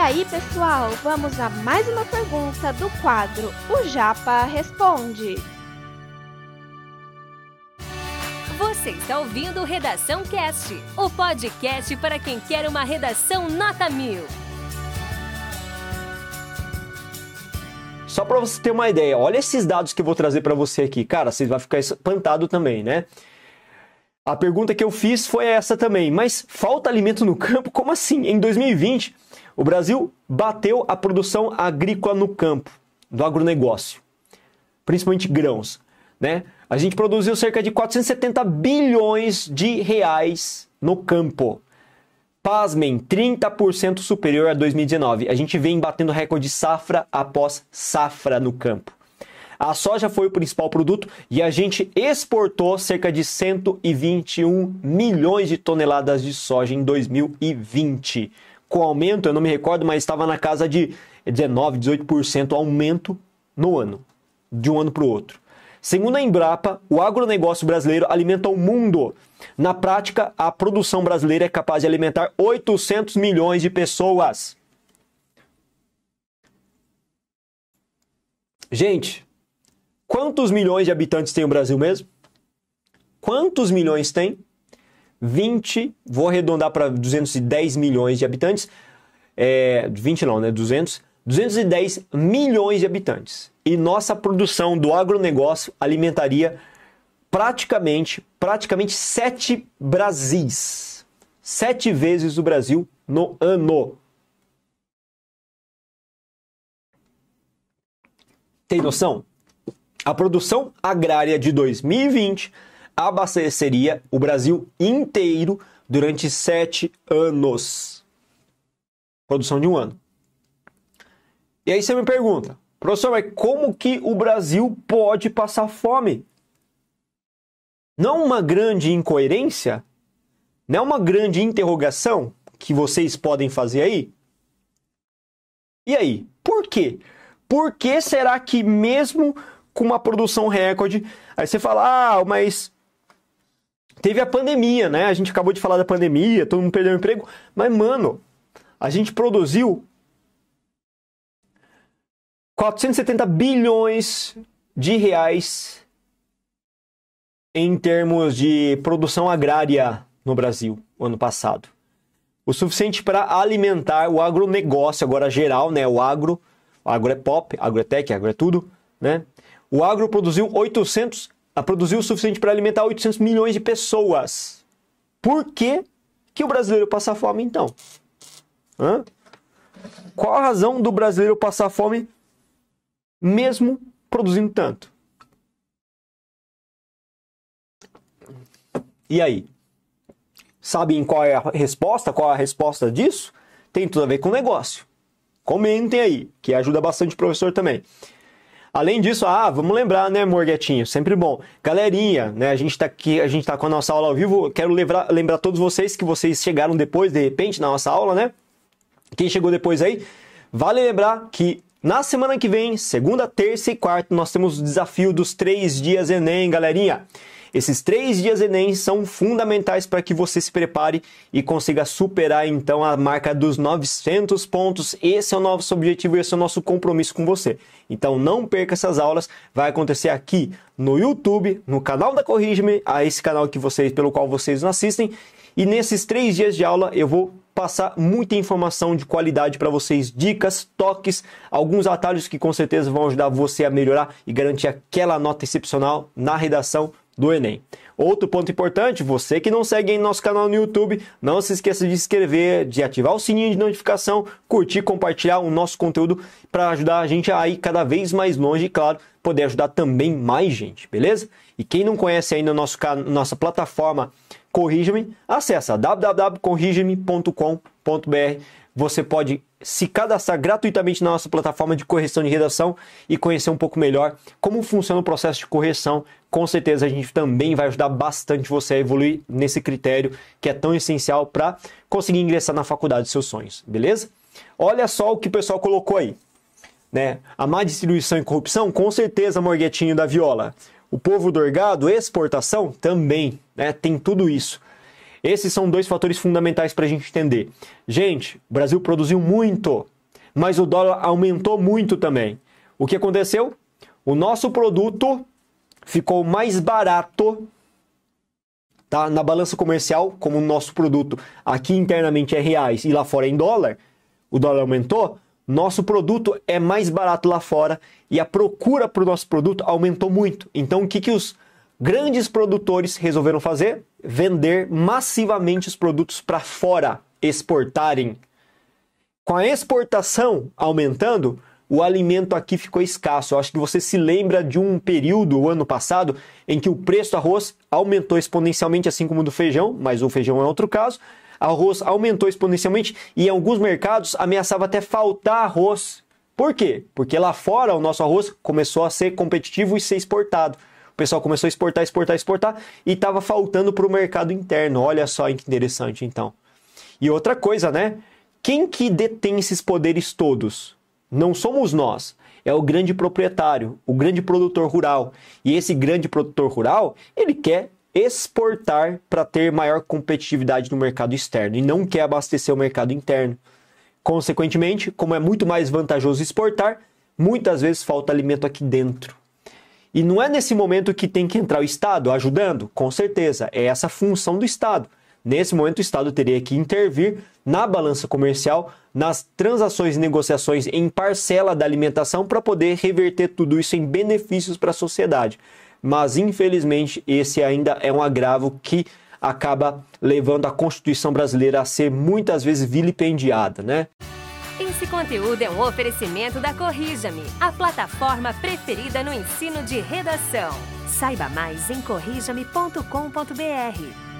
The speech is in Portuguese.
aí, pessoal, vamos a mais uma pergunta do quadro O Japa Responde. Você está ouvindo o Redação Cast, o podcast para quem quer uma redação nota 1000. Só para você ter uma ideia, olha esses dados que eu vou trazer para você aqui. Cara, você vai ficar espantado também, né? A pergunta que eu fiz foi essa também. Mas falta alimento no campo? Como assim? Em 2020, o Brasil bateu a produção agrícola no campo, do agronegócio, principalmente grãos, né? A gente produziu cerca de 470 bilhões de reais no campo. Pasmem, 30% superior a 2019. A gente vem batendo recorde safra após safra no campo. A soja foi o principal produto e a gente exportou cerca de 121 milhões de toneladas de soja em 2020. Com aumento, eu não me recordo, mas estava na casa de 19, 18% aumento no ano, de um ano para o outro. Segundo a Embrapa, o agronegócio brasileiro alimenta o mundo. Na prática, a produção brasileira é capaz de alimentar 800 milhões de pessoas. Gente, quantos milhões de habitantes tem o Brasil mesmo? Quantos milhões tem? 20, vou arredondar para 210 milhões de habitantes. 20 não, né? 210 milhões de habitantes. E nossa produção do agronegócio alimentaria praticamente 7 Brasis. 7 vezes o Brasil no ano. Tem noção? A produção agrária de 2020 abasteceria o Brasil inteiro durante 7 anos. Produção de um ano. E aí você me pergunta, professor, mas como que o Brasil pode passar fome? Não uma grande incoerência? Não uma grande interrogação que vocês podem fazer aí? E aí, por quê? Por que será que mesmo com uma produção recorde, aí você fala, mas teve a pandemia, né? A gente acabou de falar da pandemia, todo mundo perdeu o emprego, mas mano, a gente produziu 470 bilhões de reais em termos de produção agrária no Brasil, no ano passado. O suficiente para alimentar o agronegócio, agora geral, né? O agro é pop, agro é tech, agro é tudo, né? O agro produziu o suficiente para alimentar 800 milhões de pessoas. Por que o brasileiro passa fome, então? Qual a razão do brasileiro passar fome mesmo produzindo tanto? E aí? Sabem qual é a resposta? Qual é a resposta disso? Tem tudo a ver com o negócio. Comentem aí, que ajuda bastante o professor também. Além disso, vamos lembrar, né, Morguetinho? Sempre bom. Galerinha, né, a gente tá aqui, a gente tá com a nossa aula ao vivo. Quero lembrar todos vocês que vocês chegaram depois, de repente, na nossa aula, né? Quem chegou depois aí, vale lembrar que na semana que vem, segunda, terça e quarta, nós temos o desafio dos 3 dias Enem, galerinha. Esses 3 dias Enem são fundamentais para que você se prepare e consiga superar, então, a marca dos 900 pontos. Esse é o nosso objetivo, esse é o nosso compromisso com você. Então, não perca essas aulas. Vai acontecer aqui no YouTube, no canal da Corrige-me, esse canal pelo qual vocês não assistem. E nesses 3 dias de aula, eu vou passar muita informação de qualidade para vocês, dicas, toques, alguns atalhos que com certeza vão ajudar você a melhorar e garantir aquela nota excepcional na redação do Enem. Outro ponto importante, você que não segue nosso canal no YouTube, não se esqueça de se inscrever, de ativar o sininho de notificação, curtir, compartilhar o nosso conteúdo para ajudar a gente a ir cada vez mais longe e, claro, poder ajudar também mais gente, beleza? E quem não conhece ainda nossa plataforma Corrige-me, acessa www.corrigeme.com.br. Você pode se cadastrar gratuitamente na nossa plataforma de correção de redação e conhecer um pouco melhor como funciona o processo de correção. Com certeza a gente também vai ajudar bastante você a evoluir nesse critério que é tão essencial para conseguir ingressar na faculdade dos seus sonhos, beleza? Olha só o que o pessoal colocou aí, né? A má distribuição e corrupção, com certeza, Morguetinho da Viola. O povo dorgado, exportação, também, né? Tem tudo isso. Esses são dois fatores fundamentais para a gente entender. Gente, o Brasil produziu muito, mas o dólar aumentou muito também. O que aconteceu? O nosso produto ficou mais barato, tá? Na balança comercial, como o nosso produto aqui internamente é reais e lá fora é em dólar, o dólar aumentou, nosso produto é mais barato lá fora e a procura para o nosso produto aumentou muito. Então, o que os grandes produtores resolveram fazer? Vender massivamente os produtos para fora, exportarem. Com a exportação aumentando, o alimento aqui ficou escasso. Eu acho que você se lembra de um período, o ano passado, em que o preço do arroz aumentou exponencialmente, assim como o do feijão, mas o feijão é outro caso. Arroz aumentou exponencialmente e em alguns mercados ameaçava até faltar arroz. Por quê? Porque lá fora o nosso arroz começou a ser competitivo e ser exportado. O pessoal começou a exportar e estava faltando para o mercado interno. Olha só que interessante então. E outra coisa, né? Quem que detém esses poderes todos? Não somos nós. É o grande proprietário, o grande produtor rural. E esse grande produtor rural, ele quer exportar para ter maior competitividade no mercado externo e não quer abastecer o mercado interno. Consequentemente, como é muito mais vantajoso exportar, muitas vezes falta alimento aqui dentro. E não é nesse momento que tem que entrar o Estado ajudando? Com certeza, é essa a função do Estado. Nesse momento, o Estado teria que intervir na balança comercial, nas transações e negociações em parcela da alimentação para poder reverter tudo isso em benefícios para a sociedade. Mas, infelizmente, esse ainda é um agravo que acaba levando a Constituição brasileira a ser muitas vezes vilipendiada, né? Esse conteúdo é um oferecimento da Corrija-me, a plataforma preferida no ensino de redação. Saiba mais em corrijame.com.br.